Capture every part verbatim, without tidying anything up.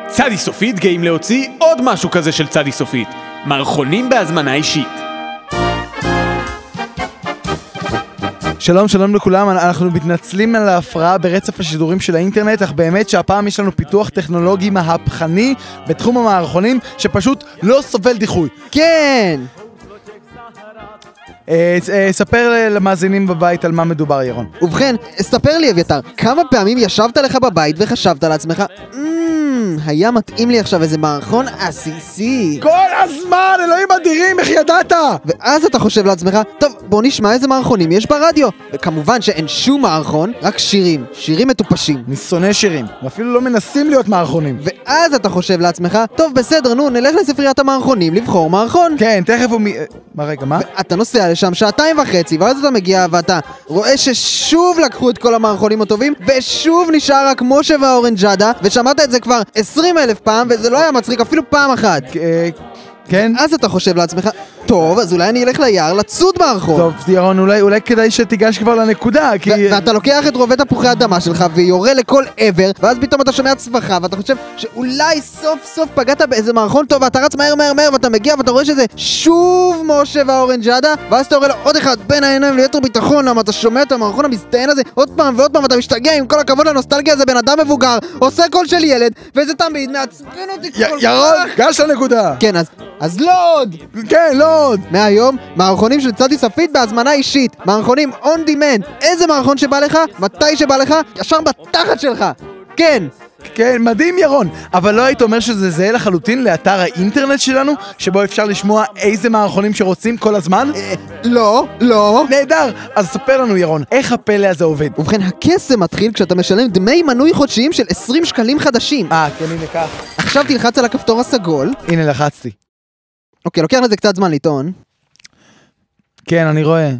צדי סופית גאים להוציא עוד משהו כזה של צדי סופית. מערכונים בהזמנה אישית. שלום שלום לכולם, אנחנו מתנצלים על ההפרעה ברצף השידורים של האינטרנט, אך באמת שהפעם יש לנו פיתוח טכנולוגי מהפכני בתחום המערכונים שפשוט לא סובל דיחוי. כן! ספר למאזינים בבית על מה מדובר, ירון. ובכן, ספר לי אביתר, כמה פעמים ישבת לך בבית וחשבת לעצמך, היה מתאים לי עכשיו איזה מערכון עסיסי. כל הזמן, אלוהים אדירים, איך ידעת? ואז אתה חושב לעצמך, טוב, בוא נשמע איזה מערכונים יש ברדיו. וכמובן שאין שום מערכון, רק שירים, שירים מטופשים. אני שונא שירים, ואפילו לא מנסים להיות מערכונים. ואז אתה חושב לעצמך, טוב בסדר, נו, נלך לספריית המערכונים לבחור מערכון. כן, תכף הוא מ... מה רגע, מה? ואתה נוסע לשם שעתיים וחצי, ואז אתה מגיע ואתה רואה ששוב לקחו את כל המערכונים הטובים, ושוב נשאר רק משה והאורנג'אדה, ושמעת את זה כבר עשרים אלף פעם, וזה לא היה מצחיק אפילו פעם אחת. כן? אז אתה חושב לעצמך, טוב, אז אולי אני אלך ליער לצוד מערכון. טוב, ירון, אולי, אולי כדאי שתיגש כבר לנקודה, כי... ו- ואתה לוקח את רובה תפוחי אדמה שלך ויורה לכל עבר, ואז פתאום אתה שומע צווחה, ואתה חושב שאולי סוף סוף פגעת באיזה מערכון טוב, ואתה רץ מהר מהר מהר, ואתה מגיע ואתה רואה שזה שוב משה והאורנג'אדה, ואז אתה יורה לו עוד אחד בין העיניים ליתר ביטחון, למה אתה שומע את המערכון המזדיין הזה עוד פעם ועוד פעם, ואתה משתגע עם כל הכבוד לנוסטלגיה הזה, בן אדם מבוגר, עושה קול של ילד, וזה תמיד מעצבן אותי כל כך. ירון, גש לנקודה. כן, אז, אז לא עוד. כן, לא עוד. מהיום, מערכונים של צדי סופית בהזמנה אישית. מערכונים on demand. איזה מערכון שבא לך, מתי שבא לך, ישר בתחת שלך. כן. כן, מדהים ירון. אבל לא היית אומר שזה זהה לחלוטין לאתר האינטרנט שלנו, שבו אפשר לשמוע איזה מערכונים שרוצים כל הזמן? אה, לא, לא. נהדר. אז ספר לנו ירון, איך הפלא הזה עובד? ובכן, הקסם מתחיל כשאתה משלם דמי מנוי חודשיים של עשרים שקלים חדשים. אה, כן, הנה כך. עכשיו תלחץ על הכפתור הסגול. הנה, לחצתי. אוקיי, לוקח לזה קצת זמן לטעון. כן, אני רואה.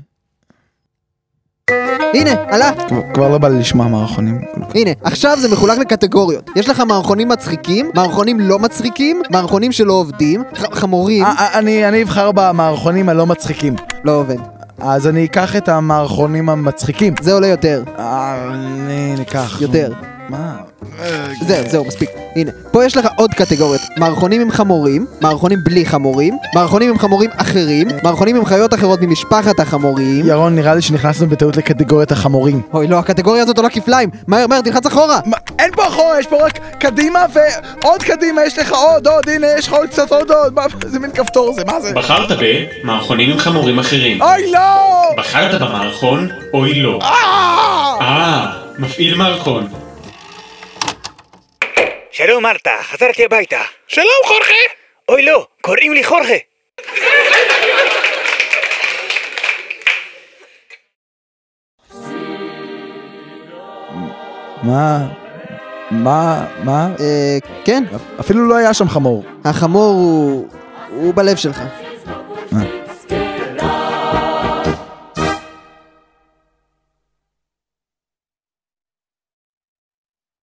הנה, עלה. כבר לא בא לי לשמוע מערכונים. הנה, עכשיו זה מחולק לקטגוריות. יש לך מערכונים מצחיקים, מערכונים לא מצחיקים, מערכונים שלא עובדים, ח- חמורים. אני אני אבחר במערכונים הלא מצחיקים. לא עובד. אז אני אקח את המערכונים המצחיקים. זה עולה יותר. אה, אני ניקח. יותר. מה? זהו, זהו, מספיק. הנה, פה יש לך עוד קטגוריות. מערכונים עם חמורים, מערכונים בלי חמורים, מערכונים עם חמורים אחרים, מערכונים עם חיות אחרות ממשפחת החמורים. ירון, נראה לי שנכנסנו בטעות לקטגוריית החמורים. אוי, לא, הקטגוריה הזאת עולה כפליים. מהר, מהר, תלחץ אחורה. מה? אין פה אחורה, יש פה רק קדימה ועוד קדימה, יש לך עוד, עוד, הנה, יש לך עוד קצת עוד, עוד. מה, זה מין כפתור זה, מה זה? בחרת במערכונים עם חמורים אחרים. אוי, לא! בחרת במערכון, אוי לא. אה, מפעיל מערכון. שלום מרתה, חזרתי הביתה. שלום חורכה. אוי לא, קוראים לי חורכה. מה? מה? מה? אה, כן. אפילו לא היה שם חמור. החמור הוא... הוא בלב שלך.